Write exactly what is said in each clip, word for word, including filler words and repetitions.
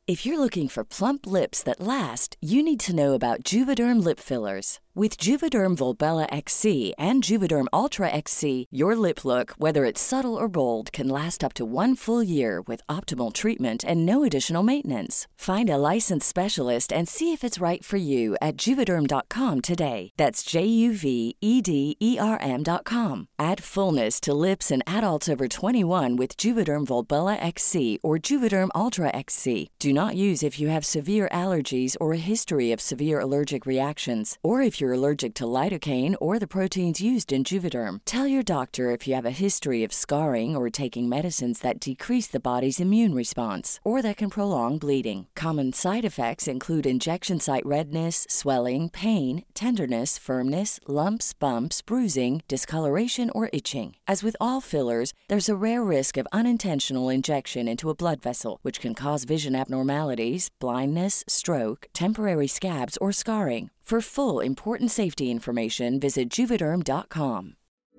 If you're looking for plump lips that last, you need to know about Juvederm lip fillers. With Juvederm Volbella X C and Juvederm Ultra X C, your lip look, whether it's subtle or bold, can last up to one full year with optimal treatment and no additional maintenance. Find a licensed specialist and see if it's right for you at Juvederm dot com today. That's J U V E D E R M dot com. Add fullness to lips in adults over twenty-one with Juvederm Volbella X C or Juvederm Ultra X C. Do not use if you have severe allergies or a history of severe allergic reactions, or if you're allergic to lidocaine or the proteins used in Juvederm. Tell your doctor if you have a history of scarring or taking medicines that decrease the body's immune response or that can prolong bleeding. Common side effects include injection site redness, swelling, pain, tenderness, firmness, lumps, bumps, bruising, discoloration, or itching. As with all fillers, there's a rare risk of unintentional injection into a blood vessel, which can cause vision abnormalities, blindness, stroke, temporary scabs, or scarring. For full, important safety information, visit Juvederm dot com.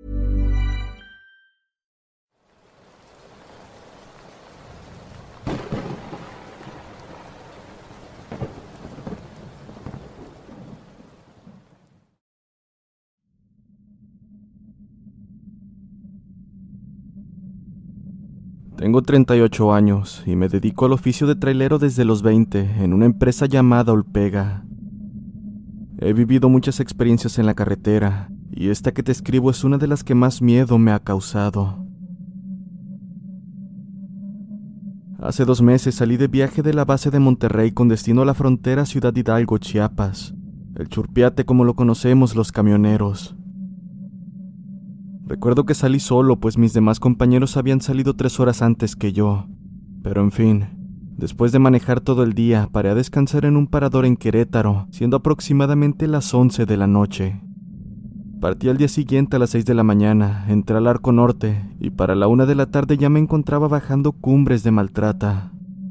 Tengo treinta y ocho años y me dedico al oficio de trailero desde los veinte en una empresa llamada Olpega. He vivido muchas experiencias en la carretera y esta que te escribo es una de las que más miedo me ha causado. Hace dos meses salí de viaje de la base de Monterrey con destino a la frontera Ciudad Hidalgo, Chiapas, el Churpiate como lo conocemos los camioneros. Recuerdo que salí solo, pues mis demás compañeros habían salido tres horas antes que yo. Pero en fin, después de manejar todo el día, paré a descansar en un parador en Querétaro, siendo aproximadamente las once de la noche. Partí al día siguiente a las seis de la mañana, entré al Arco Norte, y para la una de la tarde ya me encontraba bajando Cumbres de Maltrata.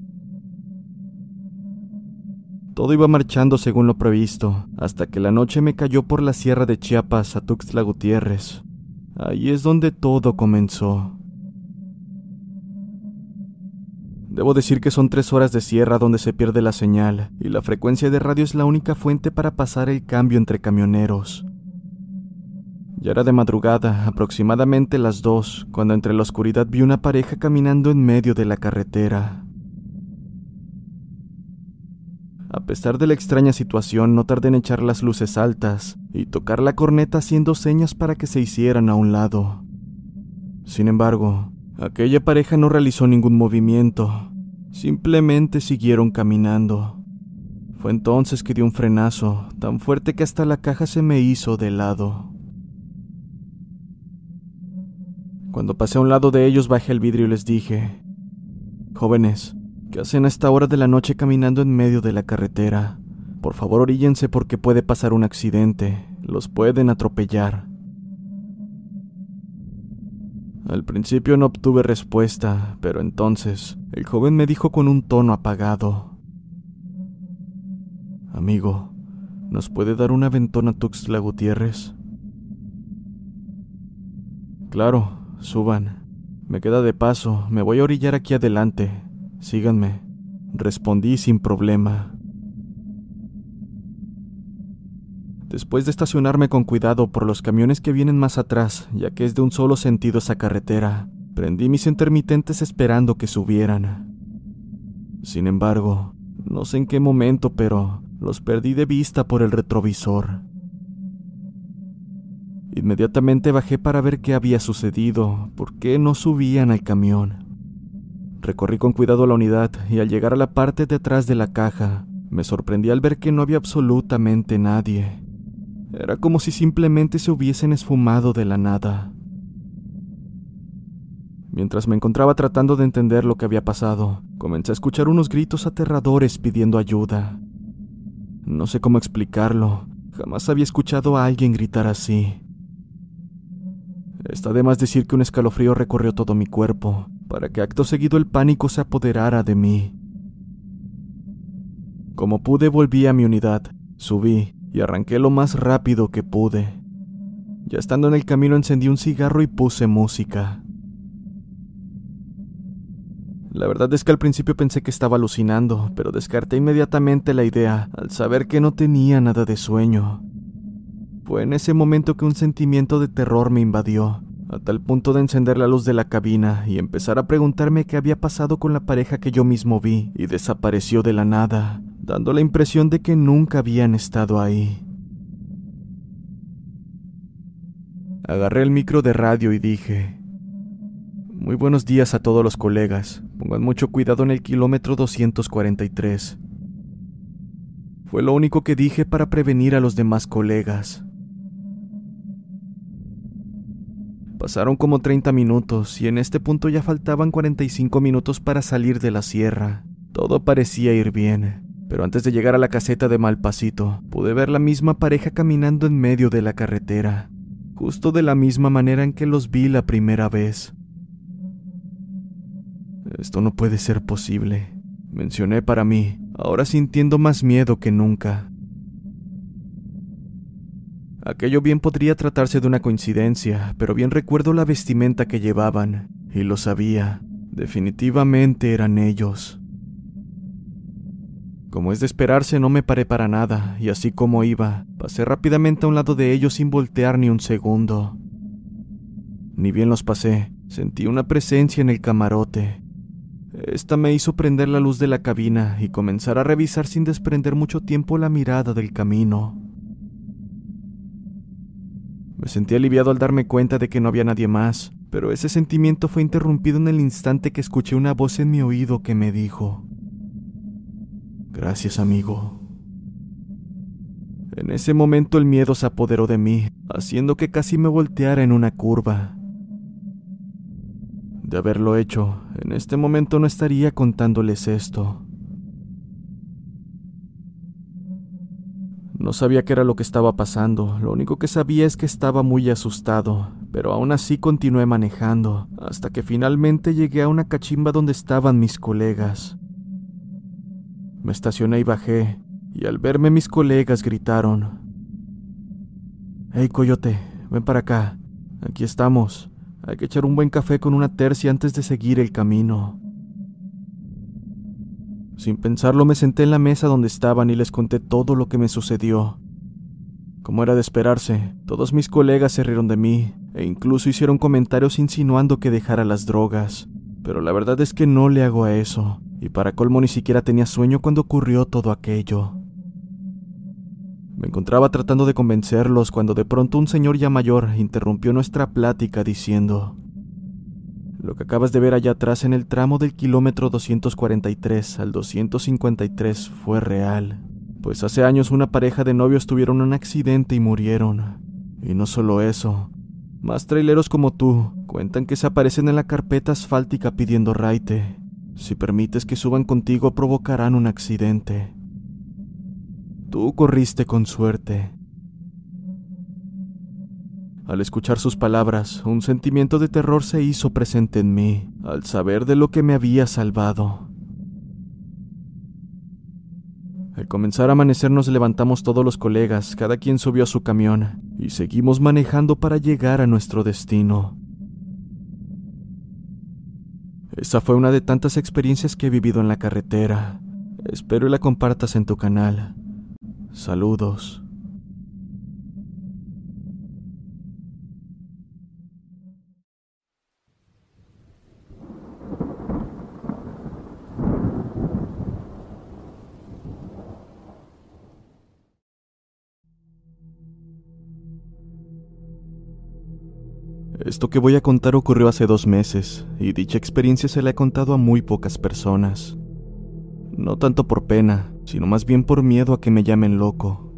Todo iba marchando según lo previsto, hasta que la noche me cayó por la sierra de Chiapas a Tuxtla Gutiérrez. Ahí es donde todo comenzó. Debo decir que son tres horas de sierra donde se pierde la señal, y la frecuencia de radio es la única fuente para pasar el cambio entre camioneros. Ya era de madrugada, aproximadamente las dos, cuando entre la oscuridad vi una pareja caminando en medio de la carretera. A pesar de la extraña situación, no tardé en echar las luces altas y tocar la corneta haciendo señas para que se hicieran a un lado. Sin embargo, aquella pareja no realizó ningún movimiento, simplemente siguieron caminando. Fue entonces que di un frenazo, tan fuerte que hasta la caja se me hizo de lado. Cuando pasé a un lado de ellos, bajé el vidrio y les dije: «Jóvenes, ¿qué hacen a esta hora de la noche caminando en medio de la carretera? Por favor, oríllense porque puede pasar un accidente. Los pueden atropellar». Al principio no obtuve respuesta, pero entonces el joven me dijo con un tono apagado: «Amigo, ¿nos puede dar un aventón a Tuxtla Gutiérrez?» «Claro, suban. Me queda de paso, me voy a orillar aquí adelante. Síganme», respondí sin problema. Después de estacionarme con cuidado por los camiones que vienen más atrás, ya que es de un solo sentido esa carretera, prendí mis intermitentes esperando que subieran. Sin embargo, no sé en qué momento, pero los perdí de vista por el retrovisor. Inmediatamente bajé para ver qué había sucedido, por qué no subían al camión. Recorrí con cuidado la unidad y al llegar a la parte de atrás de la caja, me sorprendí al ver que no había absolutamente nadie. Era como si simplemente se hubiesen esfumado de la nada. Mientras me encontraba tratando de entender lo que había pasado, comencé a escuchar unos gritos aterradores pidiendo ayuda. No sé cómo explicarlo, jamás había escuchado a alguien gritar así. Está de más decir que un escalofrío recorrió todo mi cuerpo, para que acto seguido el pánico se apoderara de mí. Como pude, volví a mi unidad, subí y arranqué lo más rápido que pude. Ya estando en el camino encendí un cigarro y puse música. La verdad es que al principio pensé que estaba alucinando, pero descarté inmediatamente la idea al saber que no tenía nada de sueño. Fue en ese momento que un sentimiento de terror me invadió, a tal punto de encender la luz de la cabina y empezar a preguntarme qué había pasado con la pareja que yo mismo vi y desapareció de la nada, dando la impresión de que nunca habían estado ahí. Agarré el micro de radio y dije: muy buenos días a todos los colegas, pongan mucho cuidado en el kilómetro doscientos cuarenta y tres. Fue lo único que dije para prevenir a los demás colegas. Pasaron como treinta minutos y en este punto ya faltaban cuarenta y cinco minutos para salir de la sierra. Todo parecía ir bien, pero antes de llegar a la caseta de Malpasito, pude ver la misma pareja caminando en medio de la carretera, justo de la misma manera en que los vi la primera vez. Esto no puede ser posible, mencioné para mí, ahora sintiendo más miedo que nunca. Aquello bien podría tratarse de una coincidencia, pero bien recuerdo la vestimenta que llevaban, y lo sabía, definitivamente eran ellos. Como es de esperarse, no me paré para nada, y así como iba, pasé rápidamente a un lado de ellos sin voltear ni un segundo. Ni bien los pasé, sentí una presencia en el camarote. Esta me hizo prender la luz de la cabina y comenzar a revisar sin desprender mucho tiempo la mirada del camino. Me sentí aliviado al darme cuenta de que no había nadie más, pero ese sentimiento fue interrumpido en el instante que escuché una voz en mi oído que me dijo: gracias, amigo. En ese momento el miedo se apoderó de mí, haciendo que casi me volteara en una curva. De haberlo hecho, en este momento no estaría contándoles esto. No sabía qué era lo que estaba pasando, lo único que sabía es que estaba muy asustado, pero aún así continué manejando, hasta que finalmente llegué a una cachimba donde estaban mis colegas. Me estacioné y bajé, y al verme mis colegas gritaron: «Hey, coyote, ven para acá, aquí estamos, hay que echar un buen café con una tercia antes de seguir el camino». Sin pensarlo me senté en la mesa donde estaban y les conté todo lo que me sucedió. Como era de esperarse, todos mis colegas se rieron de mí e incluso hicieron comentarios insinuando que dejara las drogas, pero la verdad es que no le hago a eso, y para colmo ni siquiera tenía sueño cuando ocurrió todo aquello. Me encontraba tratando de convencerlos cuando de pronto un señor ya mayor interrumpió nuestra plática diciendo: «Lo que acabas de ver allá atrás en el tramo del kilómetro doscientos cuarenta y tres al doscientos cincuenta y tres fue real, pues hace años una pareja de novios tuvieron un accidente y murieron. Y no solo eso, más traileros como tú cuentan que se aparecen en la carpeta asfáltica pidiendo raite. Si permites que suban contigo provocarán un accidente. Tú corriste con suerte». Al escuchar sus palabras, un sentimiento de terror se hizo presente en mí, al saber de lo que me había salvado. Al comenzar a amanecer nos levantamos todos los colegas, cada quien subió a su camión, y seguimos manejando para llegar a nuestro destino. Esa fue una de tantas experiencias que he vivido en la carretera. Espero y la compartas en tu canal. Saludos. Esto que voy a contar ocurrió hace dos meses, y dicha experiencia se la he contado a muy pocas personas. No tanto por pena, sino más bien por miedo a que me llamen loco.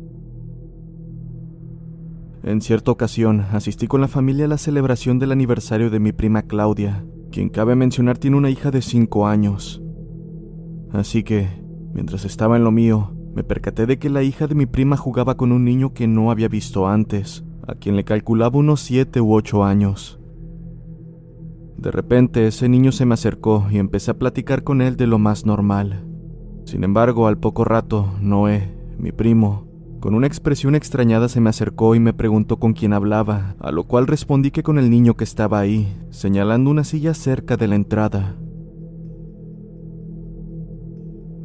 En cierta ocasión, asistí con la familia a la celebración del aniversario de mi prima Claudia, quien cabe mencionar tiene una hija de cinco años. Así que, mientras estaba en lo mío, me percaté de que la hija de mi prima jugaba con un niño que no había visto antes, a quien le calculaba unos siete u ocho años. De repente, ese niño se me acercó y empecé a platicar con él de lo más normal. Sin embargo, al poco rato, Noé, mi primo, con una expresión extrañada se me acercó y me preguntó con quién hablaba, a lo cual respondí que con el niño que estaba ahí, señalando una silla cerca de la entrada.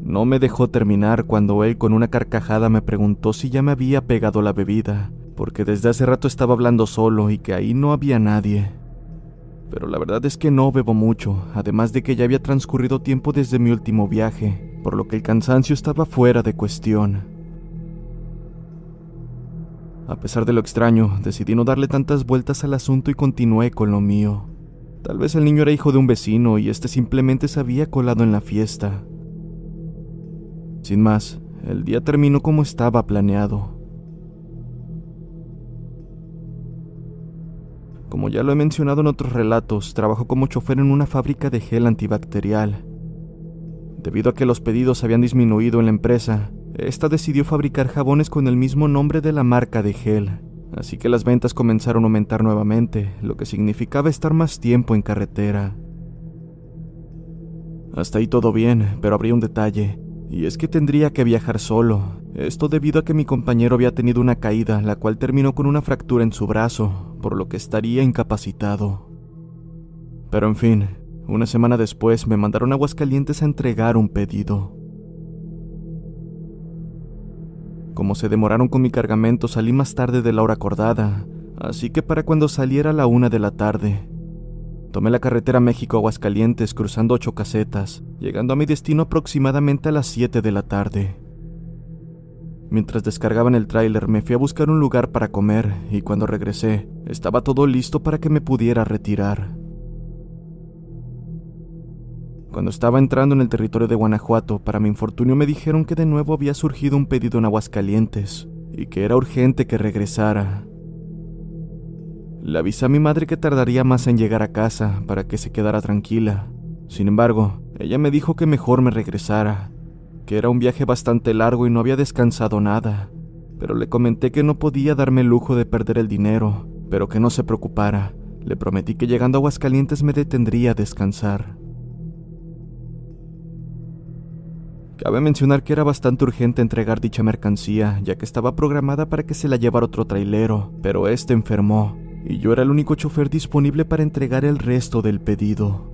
No me dejó terminar cuando él con una carcajada me preguntó si ya me había pegado la bebida, porque desde hace rato estaba hablando solo y que ahí no había nadie. Pero la verdad es que no bebo mucho, además de que ya había transcurrido tiempo desde mi último viaje, por lo que el cansancio estaba fuera de cuestión. A pesar de lo extraño, decidí no darle tantas vueltas al asunto y continué con lo mío. Tal vez el niño era hijo de un vecino y este simplemente se había colado en la fiesta. Sin más, el día terminó como estaba planeado. Como ya lo he mencionado en otros relatos, trabajo como chofer en una fábrica de gel antibacterial. Debido a que los pedidos habían disminuido en la empresa, esta decidió fabricar jabones con el mismo nombre de la marca de gel, así que las ventas comenzaron a aumentar nuevamente, lo que significaba estar más tiempo en carretera. Hasta ahí todo bien, pero habría un detalle, y es que tendría que viajar solo, esto debido a que mi compañero había tenido una caída, la cual terminó con una fractura en su brazo, por lo que estaría incapacitado. Pero en fin, una semana después me mandaron a Aguascalientes a entregar un pedido. Como se demoraron con mi cargamento, salí más tarde de la hora acordada, así que para cuando saliera a la una de la tarde, tomé la carretera México-Aguascalientes cruzando ocho casetas, llegando a mi destino aproximadamente a las siete de la tarde. Mientras descargaban el tráiler me fui a buscar un lugar para comer y cuando regresé, estaba todo listo para que me pudiera retirar. Cuando estaba entrando en el territorio de Guanajuato, para mi infortunio me dijeron que de nuevo había surgido un pedido en Aguascalientes y que era urgente que regresara. Le avisé a mi madre que tardaría más en llegar a casa para que se quedara tranquila. Sin embargo, ella me dijo que mejor me regresara, que era un viaje bastante largo y no había descansado nada, pero le comenté que no podía darme el lujo de perder el dinero, pero que no se preocupara. Le prometí que llegando a Aguascalientes me detendría a descansar. Cabe mencionar que era bastante urgente entregar dicha mercancía, ya que estaba programada para que se la llevara otro trailero, pero este enfermó, y yo era el único chofer disponible para entregar el resto del pedido.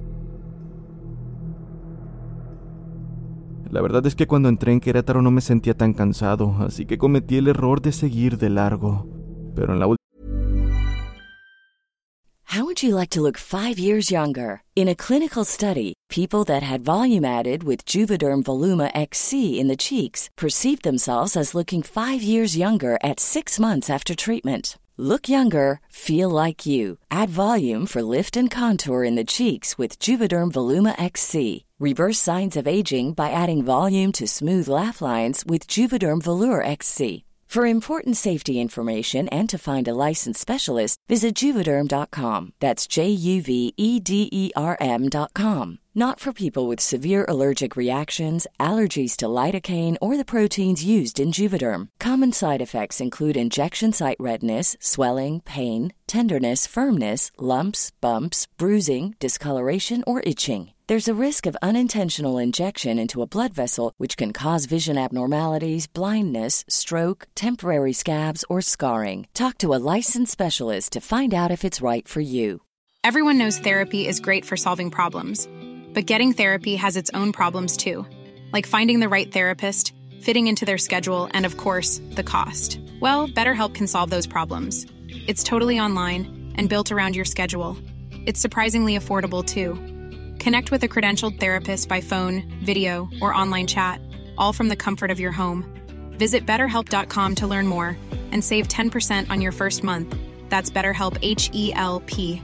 La verdad es que cuando entré en Querétaro no me sentía tan cansado, así que cometí el error de seguir de largo, pero en la última... How would you like to look five years younger? In a clinical study, people that had volume added with Juvederm Voluma X C in the cheeks perceived themselves as looking five years younger at six months after treatment. Look younger, feel like you. Add volume for lift and contour in the cheeks with Juvederm Voluma X C. Reverse signs of aging by adding volume to smooth laugh lines with Juvederm Volure X C. For important safety information and to find a licensed specialist, visit Juvederm dot com. That's J U V E D E R M dot com. Not for people with severe allergic reactions, allergies to lidocaine, or the proteins used in Juvederm. Common side effects include injection site redness, swelling, pain, tenderness, firmness, lumps, bumps, bruising, discoloration, or itching. There's a risk of unintentional injection into a blood vessel, which can cause vision abnormalities, blindness, stroke, temporary scabs, or scarring. Talk to a licensed specialist to find out if it's right for you. Everyone knows therapy is great for solving problems, but getting therapy has its own problems too, like finding the right therapist, fitting into their schedule, and of course, the cost. Well, BetterHelp can solve those problems. It's totally online and built around your schedule. It's surprisingly affordable too. Connect with a credentialed therapist by phone, video, or online chat, all from the comfort of your home. Visit better help dot com to learn more and save ten percent on your first month. That's BetterHelp, H E L P.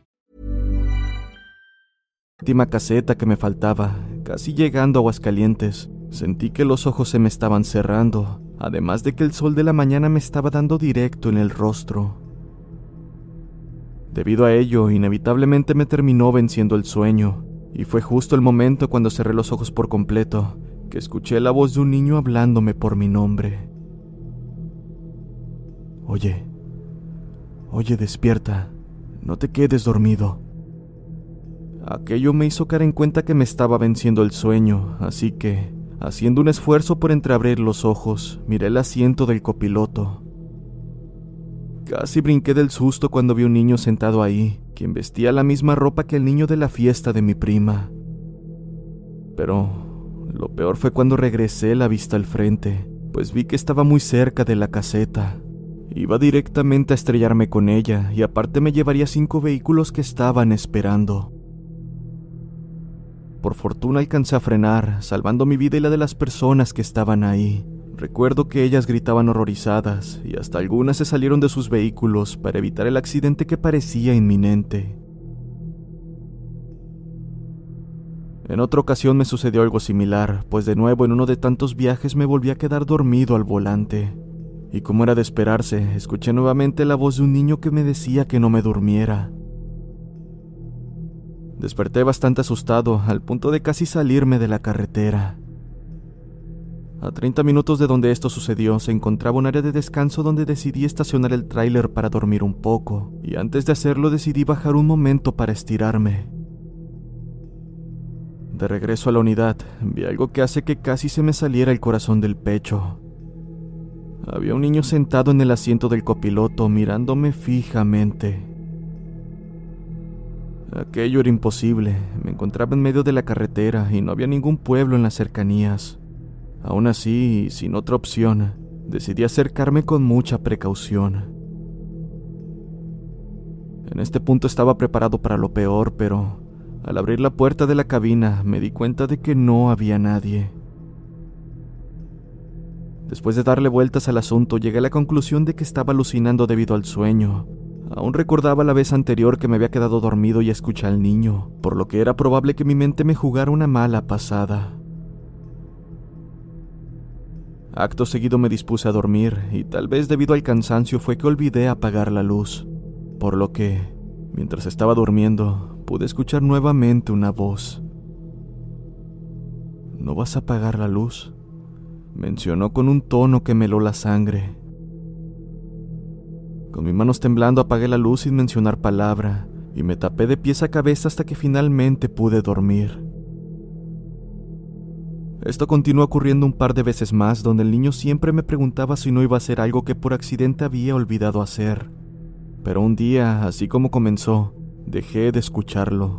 Última caseta que me faltaba, casi llegando a Aguascalientes, sentí que los ojos se me estaban cerrando, además de que el sol de la mañana me estaba dando directo en el rostro. Debido a ello, inevitablemente me terminó venciendo el sueño, y fue justo el momento cuando cerré los ojos por completo, que escuché la voz de un niño hablándome por mi nombre. Oye, oye, despierta, no te quedes dormido. Aquello me hizo caer en cuenta que me estaba venciendo el sueño, así que, haciendo un esfuerzo por entreabrir los ojos, miré el asiento del copiloto. Casi brinqué del susto cuando vi un niño sentado ahí, quien vestía la misma ropa que el niño de la fiesta de mi prima. Pero Lo peor fue cuando regresé la vista al frente, pues vi que estaba muy cerca de la caseta. Iba directamente a estrellarme con ella, y aparte me llevaría cinco vehículos que estaban esperando. Por fortuna alcancé a frenar, salvando mi vida y la de las personas que estaban ahí. Recuerdo que ellas gritaban horrorizadas, y hasta algunas se salieron de sus vehículos para evitar el accidente que parecía inminente. En otra ocasión me sucedió algo similar, pues de nuevo en uno de tantos viajes me volví a quedar dormido al volante. Y como era de esperarse, escuché nuevamente la voz de un niño que me decía que no me durmiera. Desperté bastante asustado, al punto de casi salirme de la carretera. A treinta minutos de donde esto sucedió, se encontraba un área de descanso donde decidí estacionar el tráiler para dormir un poco, y antes de hacerlo decidí bajar un momento para estirarme. De regreso a la unidad, vi algo que hace que casi se me saliera el corazón del pecho. Había un niño sentado en el asiento del copiloto mirándome fijamente. Aquello era imposible, me encontraba en medio de la carretera y no había ningún pueblo en las cercanías. Aún así, y sin otra opción, decidí acercarme con mucha precaución. En este punto estaba preparado para lo peor, pero al abrir la puerta de la cabina me di cuenta de que no había nadie. Después de darle vueltas al asunto, llegué a la conclusión de que estaba alucinando debido al sueño. Aún recordaba la vez anterior que me había quedado dormido y escuché al niño, por lo que era probable que mi mente me jugara una mala pasada. Acto seguido me dispuse a dormir, y tal vez debido al cansancio fue que olvidé apagar la luz, por lo que, mientras estaba durmiendo, pude escuchar nuevamente una voz. ¿No vas a apagar la luz?, mencionó con un tono que me heló la sangre. Con mis manos temblando apagué la luz sin mencionar palabra, y me tapé de pies a cabeza hasta que finalmente pude dormir. Esto continuó ocurriendo un par de veces más, donde el niño siempre me preguntaba si no iba a hacer algo que por accidente había olvidado hacer. Pero un día, así como comenzó, dejé de escucharlo.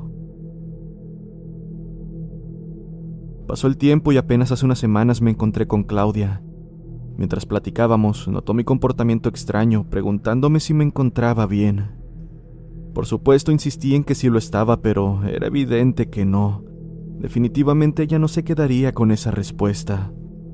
Pasó el tiempo y apenas hace unas semanas me encontré con Claudia. Mientras platicábamos, notó mi comportamiento extraño, preguntándome si me encontraba bien. Por supuesto, insistí en que sí lo estaba, pero era evidente que no. Definitivamente ella no se quedaría con esa respuesta.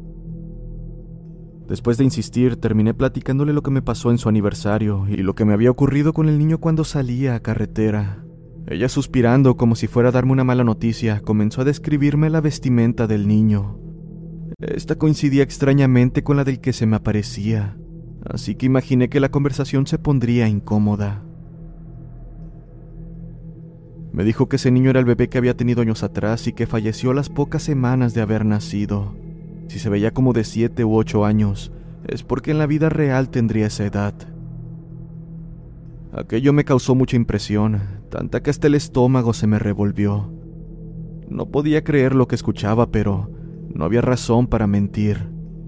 Después de insistir, terminé platicándole lo que me pasó en su aniversario y lo que me había ocurrido con el niño cuando salía a carretera. Ella, suspirando como si fuera a darme una mala noticia, comenzó a describirme la vestimenta del niño. Esta coincidía extrañamente con la del que se me aparecía, así que imaginé que la conversación se pondría incómoda. Me dijo que ese niño era el bebé que había tenido años atrás y que falleció a las pocas semanas de haber nacido. Si se veía como de siete u ocho años, es porque en la vida real tendría esa edad. Aquello me causó mucha impresión, tanta que hasta el estómago se me revolvió. No podía creer lo que escuchaba, pero no había razón para mentir.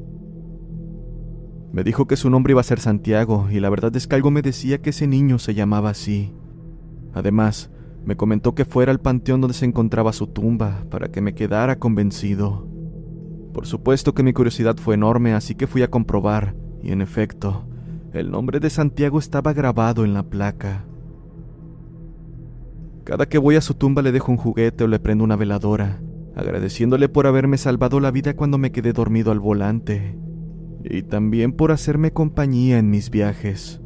Me dijo que su nombre iba a ser Santiago, y la verdad es que algo me decía que ese niño se llamaba así. Además, me comentó que fuera al panteón donde se encontraba su tumba, para que me quedara convencido. Por supuesto que mi curiosidad fue enorme, así que fui a comprobar, y en efecto, el nombre de Santiago estaba grabado en la placa. Cada que voy a su tumba le dejo un juguete o le prendo una veladora, agradeciéndole por haberme salvado la vida cuando me quedé dormido al volante, y también por hacerme compañía en mis viajes.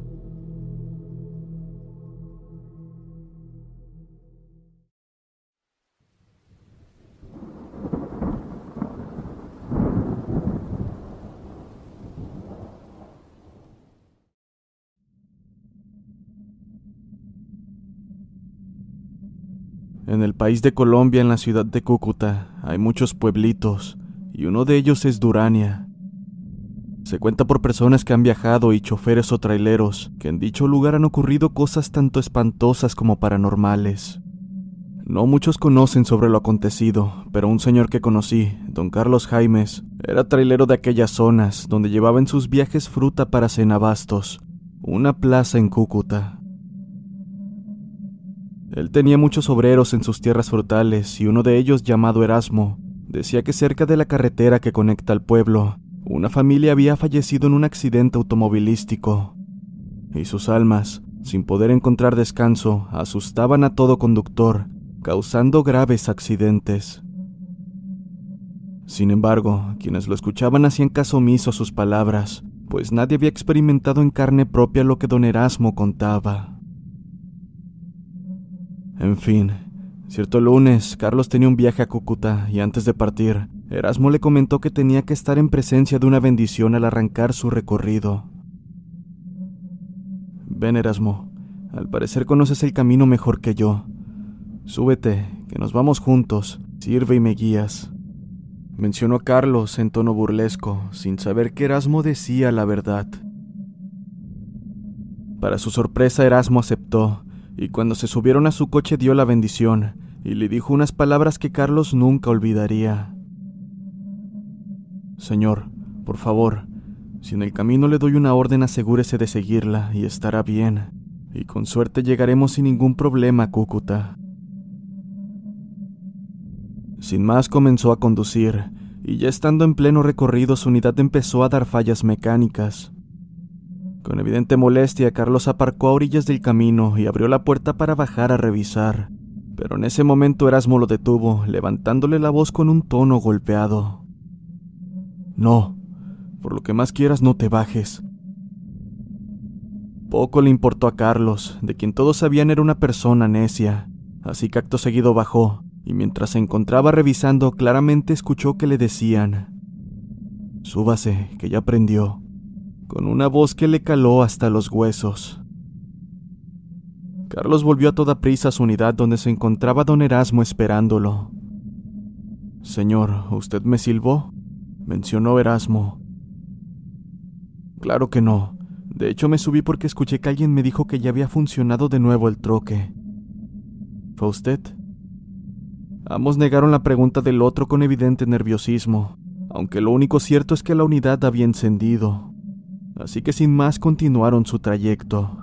En el país de Colombia, en la ciudad de Cúcuta, hay muchos pueblitos, y uno de ellos es Durania. Se cuenta por personas que han viajado y choferes o traileros, que en dicho lugar han ocurrido cosas tanto espantosas como paranormales. No muchos conocen sobre lo acontecido, pero un señor que conocí, don Carlos Jaimes, era trailero de aquellas zonas, donde llevaba en sus viajes fruta para Cenabastos, una plaza en Cúcuta. Él tenía muchos obreros en sus tierras frutales y uno de ellos, llamado Erasmo, Decía que cerca de la carretera que conecta al pueblo, una familia había fallecido en un accidente automovilístico, y sus almas, sin poder encontrar descanso, asustaban a todo conductor, causando graves accidentes. Sin embargo, quienes lo escuchaban hacían caso omiso a sus palabras, pues nadie había experimentado en carne propia lo que don Erasmo contaba. En fin, cierto lunes, Carlos tenía un viaje a Cúcuta y antes de partir, Erasmo le comentó que tenía que estar en presencia de una bendición al arrancar su recorrido. Ven, Erasmo, al parecer conoces el camino mejor que yo. Súbete, que nos vamos juntos, sirve y me guías. Mencionó Carlos en tono burlesco, sin saber que Erasmo decía la verdad. Para su sorpresa, Erasmo aceptó, y cuando se subieron a su coche dio la bendición, y le dijo unas palabras que Carlos nunca olvidaría. Señor, por favor, si en el camino le doy una orden, asegúrese de seguirla, y estará bien, y con suerte llegaremos sin ningún problema a Cúcuta. Sin más comenzó a conducir, y ya estando en pleno recorrido su unidad empezó a dar fallas mecánicas. Con evidente molestia, Carlos aparcó a orillas del camino y abrió la puerta para bajar a revisar, pero en ese momento Erasmo lo detuvo, levantándole la voz con un tono golpeado. No, por lo que más quieras no te bajes. Poco le importó a Carlos, de quien todos sabían era una persona necia, así que acto seguido bajó, y mientras se encontraba revisando, claramente escuchó que le decían: «Súbase, que ya prendió», con una voz que le caló hasta los huesos. Carlos volvió a toda prisa a su unidad donde se encontraba don Erasmo esperándolo. «Señor, ¿usted me silbó?», mencionó Erasmo. «Claro que no. De hecho me subí porque escuché que alguien me dijo que ya había funcionado de nuevo el troque». «¿Fue usted?». Ambos negaron la pregunta del otro con evidente nerviosismo, aunque lo único cierto es que la unidad había encendido. Así que sin más continuaron su trayecto.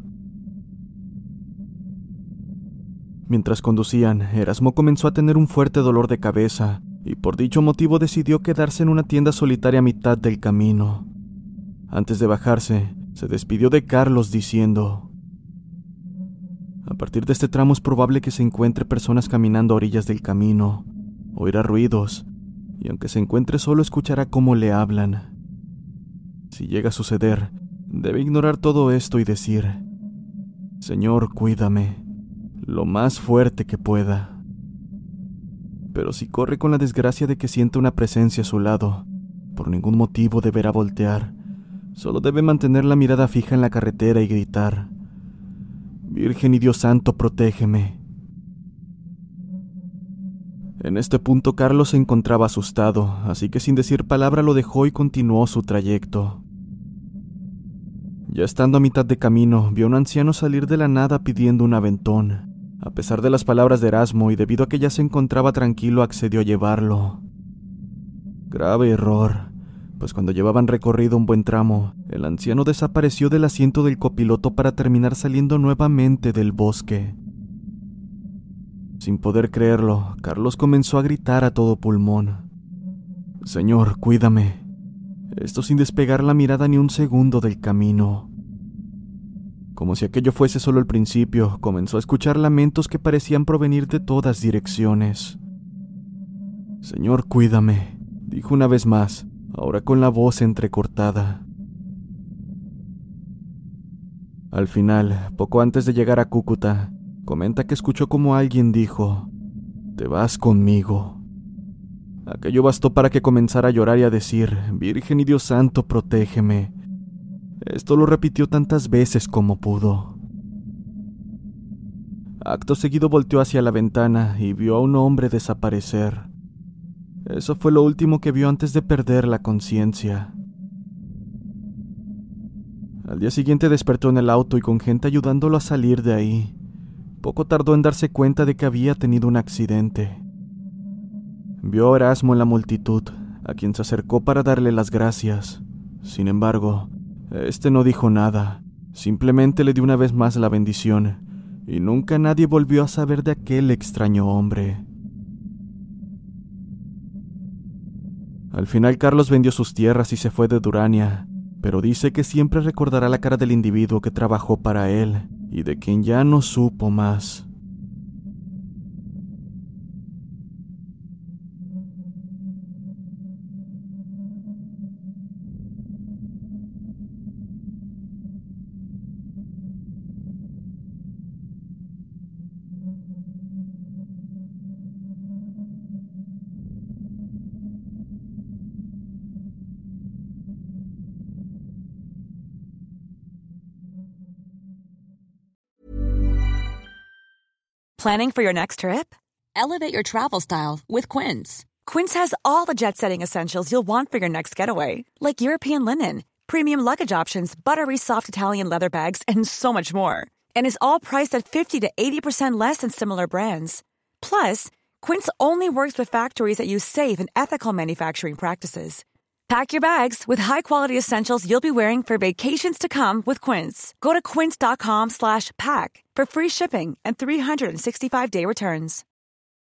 Mientras conducían, Erasmo comenzó a tener un fuerte dolor de cabeza, y por dicho motivo decidió quedarse en una tienda solitaria a mitad del camino. Antes de bajarse, se despidió de Carlos diciendo: «A partir de este tramo es probable que se encuentre personas caminando a orillas del camino, oirá ruidos, y aunque se encuentre solo escuchará cómo le hablan. Si llega a suceder, debe ignorar todo esto y decir: Señor, cuídame, lo más fuerte que pueda. Pero si corre con la desgracia de que sienta una presencia a su lado, por ningún motivo deberá voltear, solo debe mantener la mirada fija en la carretera y gritar: Virgen y Dios santo, protégeme». En este punto Carlos se encontraba asustado, así que sin decir palabra lo dejó y continuó su trayecto. Ya estando a mitad de camino, vio a un anciano salir de la nada pidiendo un aventón. A pesar de las palabras de Erasmo y debido a que ya se encontraba tranquilo, accedió a llevarlo. Grave error, pues cuando llevaban recorrido un buen tramo, el anciano desapareció del asiento del copiloto para terminar saliendo nuevamente del bosque. Sin poder creerlo, Carlos comenzó a gritar a todo pulmón: «Señor, cuídame». Esto sin despegar la mirada ni un segundo del camino. Como si aquello fuese solo el principio, comenzó a escuchar lamentos que parecían provenir de todas direcciones. «Señor, cuídame», dijo una vez más, ahora con la voz entrecortada. Al final, poco antes de llegar a Cúcuta, comenta que escuchó como alguien dijo: «Te vas conmigo». Aquello bastó para que comenzara a llorar y a decir: «Virgen y Dios santo, protégeme». Esto lo repitió tantas veces como pudo. Acto seguido volteó hacia la ventana y vio a un hombre desaparecer. Eso fue lo último que vio antes de perder la conciencia. Al día siguiente despertó en el auto y con gente ayudándolo a salir de ahí. Poco tardó en darse cuenta de que había tenido un accidente. Vio a Erasmo en la multitud, a quien se acercó para darle las gracias. Sin embargo, este no dijo nada, simplemente le dio una vez más la bendición, y nunca nadie volvió a saber de aquel extraño hombre. Al final Carlos vendió sus tierras y se fue de Durania, pero dice que siempre recordará la cara del individuo que trabajó para él y de quien ya no supo más. Planning for your next trip? Elevate your travel style with Quince. Quince has all the jet-setting essentials you'll want for your next getaway, like European linen, premium luggage options, buttery soft Italian leather bags, and so much more. And is all priced at fifty to eighty percent less than similar brands. Plus, Quince only works with factories that use safe and ethical manufacturing practices. Pack your bags with high-quality essentials you'll be wearing for vacations to come with Quince. Go to quince.com slash pack for free shipping and three sixty-five day returns.